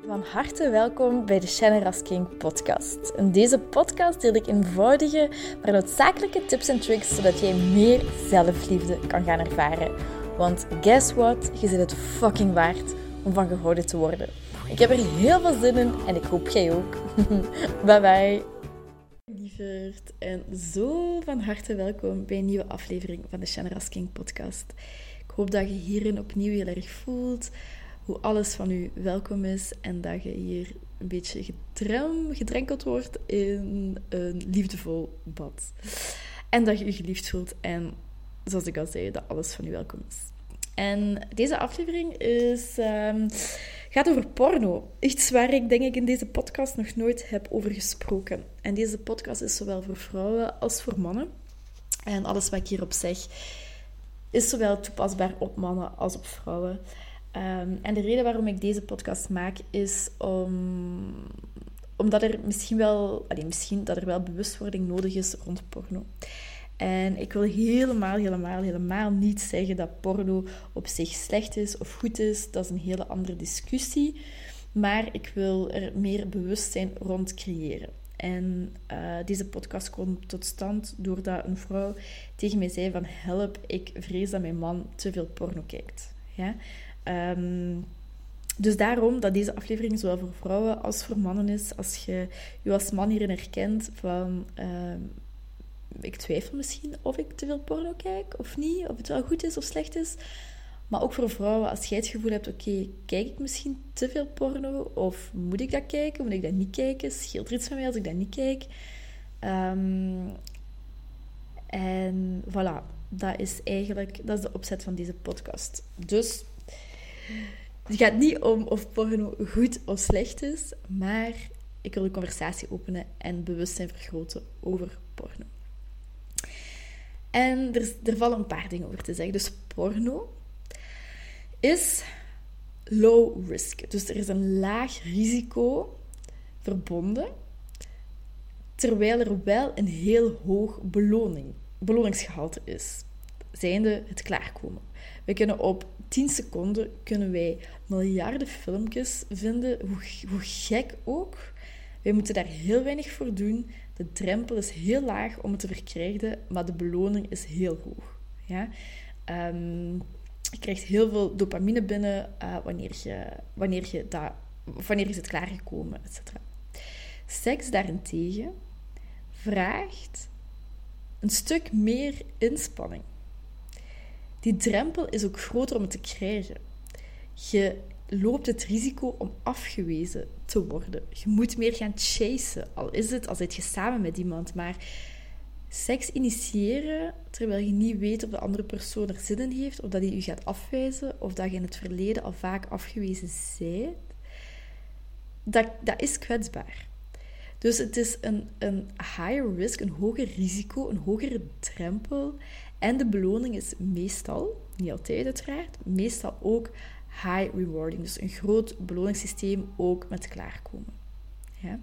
Van harte welkom bij de Shannon Rasking podcast. In deze podcast deel ik eenvoudige, maar noodzakelijke tips en tricks zodat jij meer zelfliefde kan gaan ervaren. Want guess what? Je zit het fucking waard om van gehouden te worden. Ik heb er heel veel zin in en ik hoop jij ook. Bye bye. Lieverd en zo van harte welkom bij een nieuwe aflevering van de Shannon Rasking podcast. Ik hoop dat je hierin opnieuw heel erg voelt hoe alles van u welkom is en dat je hier een beetje gedrenkeld wordt in een liefdevol bad. En dat je je geliefd voelt en, zoals ik al zei, dat alles van u welkom is. En deze aflevering gaat over porno. Iets waar ik denk ik in deze podcast nog nooit heb over gesproken. En deze podcast is zowel voor vrouwen als voor mannen. En alles wat ik hierop zeg is zowel toepasbaar op mannen als op vrouwen. En de reden waarom ik deze podcast maak is omdat er misschien dat er wel bewustwording nodig is rond porno. En ik wil helemaal niet zeggen dat porno op zich slecht is of goed is. Dat is een hele andere discussie. Maar ik wil er meer bewustzijn rond creëren. En deze podcast komt tot stand doordat een vrouw tegen mij zei van help, ik vrees dat mijn man te veel porno kijkt. Ja? Dus daarom dat deze aflevering zowel voor vrouwen als voor mannen is. Als je je als man hierin herkent van ik twijfel misschien of ik te veel porno kijk of niet, of het wel goed is of slecht is. Maar ook voor vrouwen, als jij het gevoel hebt, oké, kijk ik misschien te veel porno? Of moet ik dat kijken? Moet ik dat niet kijken? Scheelt er iets van mij als ik dat niet kijk? En voilà, dat is de opzet van deze podcast. Dus het gaat niet om of porno goed of slecht is, maar ik wil de conversatie openen en bewustzijn vergroten over porno. En er vallen een paar dingen over te zeggen. Dus porno is low risk. Dus er is een laag risico verbonden, terwijl er wel een heel hoog beloningsgehalte is. Zijnde het klaarkomen. We kunnen op 10 seconden miljarden filmpjes vinden, hoe gek ook. Wij moeten daar heel weinig voor doen. De drempel is heel laag om het te verkrijgen, maar de beloning is heel hoog. Ja? Je krijgt heel veel dopamine binnen wanneer je het klaargekomen, etc. Seks daarentegen vraagt een stuk meer inspanning. Die drempel is ook groter om het te krijgen. Je loopt het risico om afgewezen te worden. Je moet meer gaan chasen, al zit je samen met iemand. Maar seks initiëren, terwijl je niet weet of de andere persoon er zin in heeft, of dat hij je gaat afwijzen, of dat je in het verleden al vaak afgewezen bent, dat is kwetsbaar. Dus het is een higher risk, een hoger risico, een hogere drempel. En de beloning is meestal, niet altijd uiteraard, meestal ook high rewarding. Dus een groot beloningssysteem ook met klaarkomen. Ja?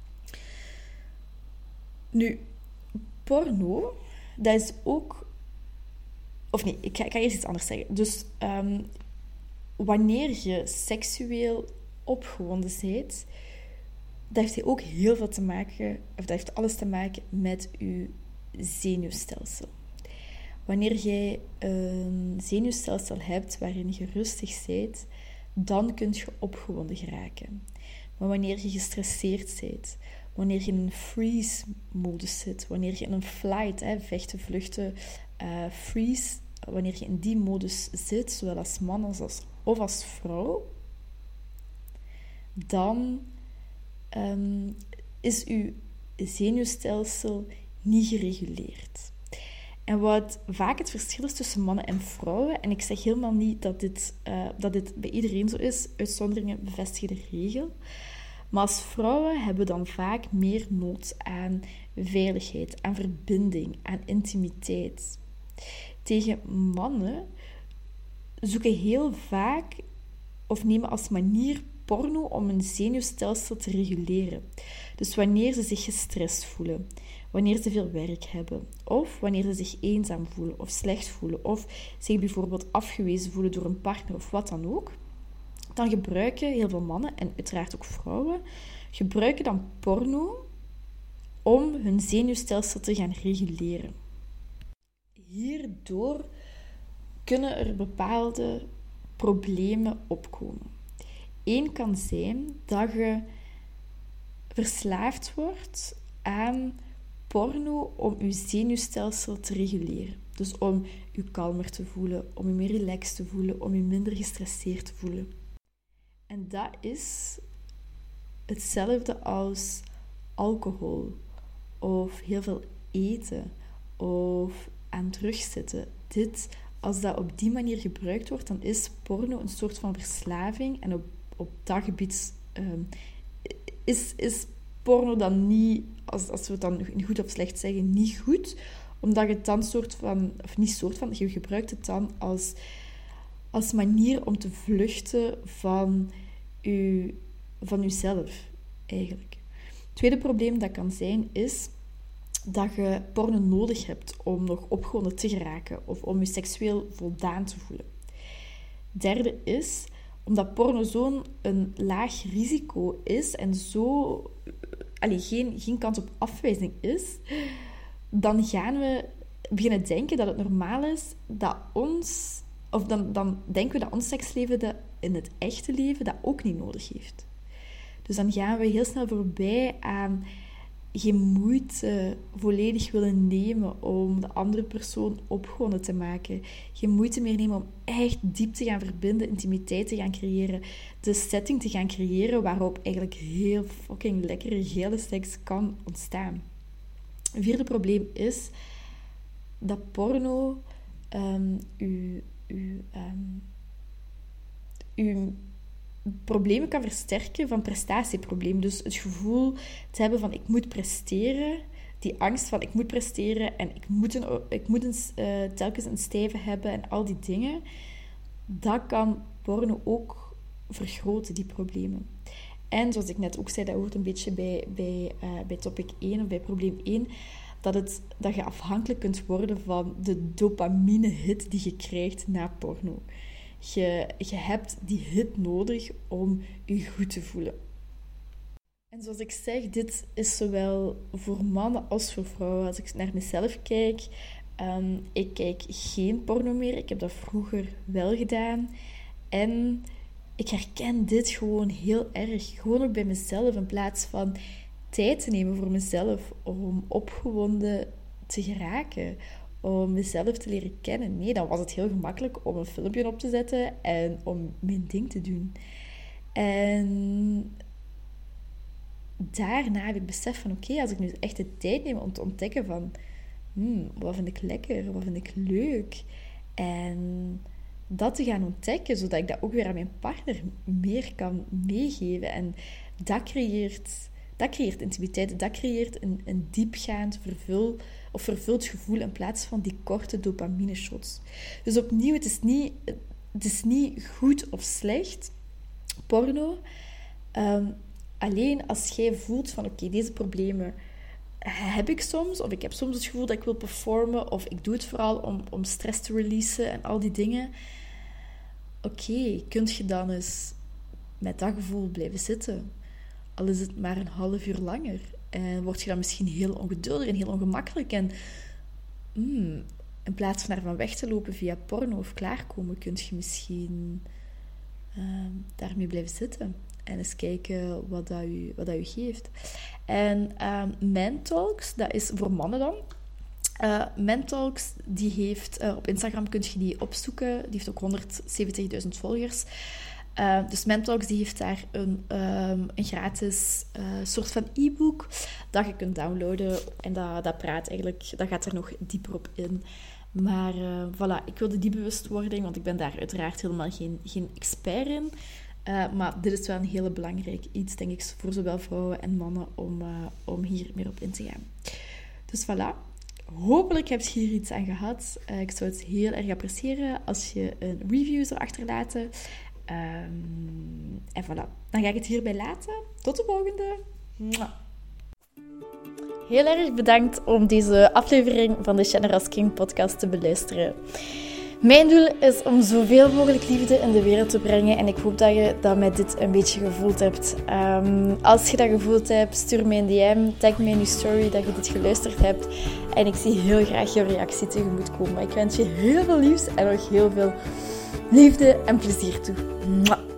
Nu, porno, dat is ook... Of nee, ik ga eerst iets anders zeggen. Dus wanneer je seksueel opgewonden bent, dat heeft ook heel veel te maken, of dat heeft alles te maken met je zenuwstelsel. Wanneer jij een zenuwstelsel hebt waarin je rustig bent, dan kun je opgewonden geraken. Maar wanneer je gestresseerd bent, wanneer je in een freeze-modus zit, wanneer je in een flight, vechten, vluchten, freeze, wanneer je in die modus zit, zowel als man of als vrouw, dan is je zenuwstelsel niet gereguleerd. En wat vaak het verschil is tussen mannen en vrouwen, en ik zeg helemaal niet dat dit bij iedereen zo is, uitzonderingen bevestigen de regel, maar als vrouwen hebben we dan vaak meer nood aan veiligheid, aan verbinding, aan intimiteit. Tegen mannen zoeken heel vaak, of nemen als manier porno om hun zenuwstelsel te reguleren. Dus wanneer ze zich gestrest voelen, wanneer ze veel werk hebben, of wanneer ze zich eenzaam voelen of slecht voelen, of zich bijvoorbeeld afgewezen voelen door een partner of wat dan ook, dan gebruiken heel veel mannen, en uiteraard ook vrouwen, gebruiken dan porno om hun zenuwstelsel te gaan reguleren. Hierdoor kunnen er bepaalde problemen opkomen. Eén kan zijn dat je verslaafd wordt aan porno om je zenuwstelsel te reguleren. Dus om je kalmer te voelen, om je meer relaxed te voelen, om je minder gestresseerd te voelen. En dat is hetzelfde als alcohol of heel veel eten of aan drugs zitten. Als dat op die manier gebruikt wordt, dan is porno een soort van verslaving. En op dat gebied is porno dan niet, als we het dan goed of slecht zeggen, niet goed. Omdat je het dan je gebruikt het dan als manier om te vluchten van jezelf, eigenlijk. Het tweede probleem dat kan zijn, is dat je porno nodig hebt om nog opgewonden te geraken of om je seksueel voldaan te voelen. Derde is, omdat porno zo'n laag risico is en geen kans op afwijzing is, dan gaan we beginnen denken dat het normaal is dat dan denken we dat ons seksleven in het echte leven dat ook niet nodig heeft. Dus dan gaan we heel snel voorbij aan geen moeite volledig willen nemen om de andere persoon opgewonden te maken. Geen moeite meer nemen om echt diep te gaan verbinden, intimiteit te gaan creëren, de setting te gaan creëren waarop eigenlijk heel fucking lekkere, gele seks kan ontstaan. Een vierde probleem is dat porno uw problemen kan versterken van prestatieproblemen. Dus het gevoel te hebben van ik moet presteren, die angst van ik moet presteren en ik moet telkens een stijve hebben en al die dingen, dat kan porno ook vergroten, die problemen. En zoals ik net ook zei, dat hoort een beetje bij topic 1 of bij probleem 1, dat je afhankelijk kunt worden van de dopamine-hit die je krijgt na porno. Je hebt die hit nodig om je goed te voelen. En zoals ik zeg, dit is zowel voor mannen als voor vrouwen. Als ik naar mezelf kijk, ik kijk geen porno meer. Ik heb dat vroeger wel gedaan. En ik herken dit gewoon heel erg. Gewoon ook bij mezelf, in plaats van tijd te nemen voor mezelf om opgewonden te geraken, om mezelf te leren kennen. Nee, dan was het heel gemakkelijk om een filmpje op te zetten en om mijn ding te doen. En daarna heb ik beseft van oké, als ik nu echt de tijd neem om te ontdekken van wat vind ik lekker, wat vind ik leuk, en dat te gaan ontdekken, zodat ik dat ook weer aan mijn partner meer kan meegeven. En dat creëert intimiteit, dat creëert een diepgaand vervuld gevoel in plaats van die korte dopamine shots. Dus opnieuw, het is niet goed of slecht, porno. Alleen als jij voelt van oké, deze problemen heb ik soms, of ik heb soms het gevoel dat ik wil performen, of ik doe het vooral om stress te releasen en al die dingen. Oké, kun je dan eens met dat gevoel blijven zitten? Al is het maar een half uur langer. En word je dan misschien heel ongeduldig en heel ongemakkelijk. En in plaats van daarvan weg te lopen via porno of klaarkomen, kun je misschien daarmee blijven zitten. En eens kijken wat dat u geeft. En Mentalks, dat is voor mannen dan. Mentalks, die heeft op Instagram, kun je die opzoeken. Die heeft ook 170.000 volgers. Dus Mentalks, die heeft daar een gratis soort van e-book dat je kunt downloaden. En dat praat eigenlijk, dat gaat er nog dieper op in. Maar voilà, ik wilde die bewustwording, want ik ben daar uiteraard helemaal geen expert in. Maar dit is wel een hele belangrijk iets, denk ik, voor zowel vrouwen en mannen om hier meer op in te gaan. Dus voilà. Hopelijk heb je hier iets aan gehad. Ik zou het heel erg appreciëren als je een review zou achterlaten. En voilà. Dan ga ik het hierbij laten. Tot de volgende. Mwah. Heel erg bedankt om deze aflevering van de Generous King podcast te beluisteren. Mijn doel is om zoveel mogelijk liefde in de wereld te brengen en ik hoop dat je dat met dit een beetje gevoeld hebt. Als je dat gevoeld hebt, stuur mij een DM, tag me in je story dat je dit geluisterd hebt en ik zie heel graag jouw reactie tegemoetkomen. Ik wens je heel veel liefs en nog heel veel liefde en plezier toe. Mwah.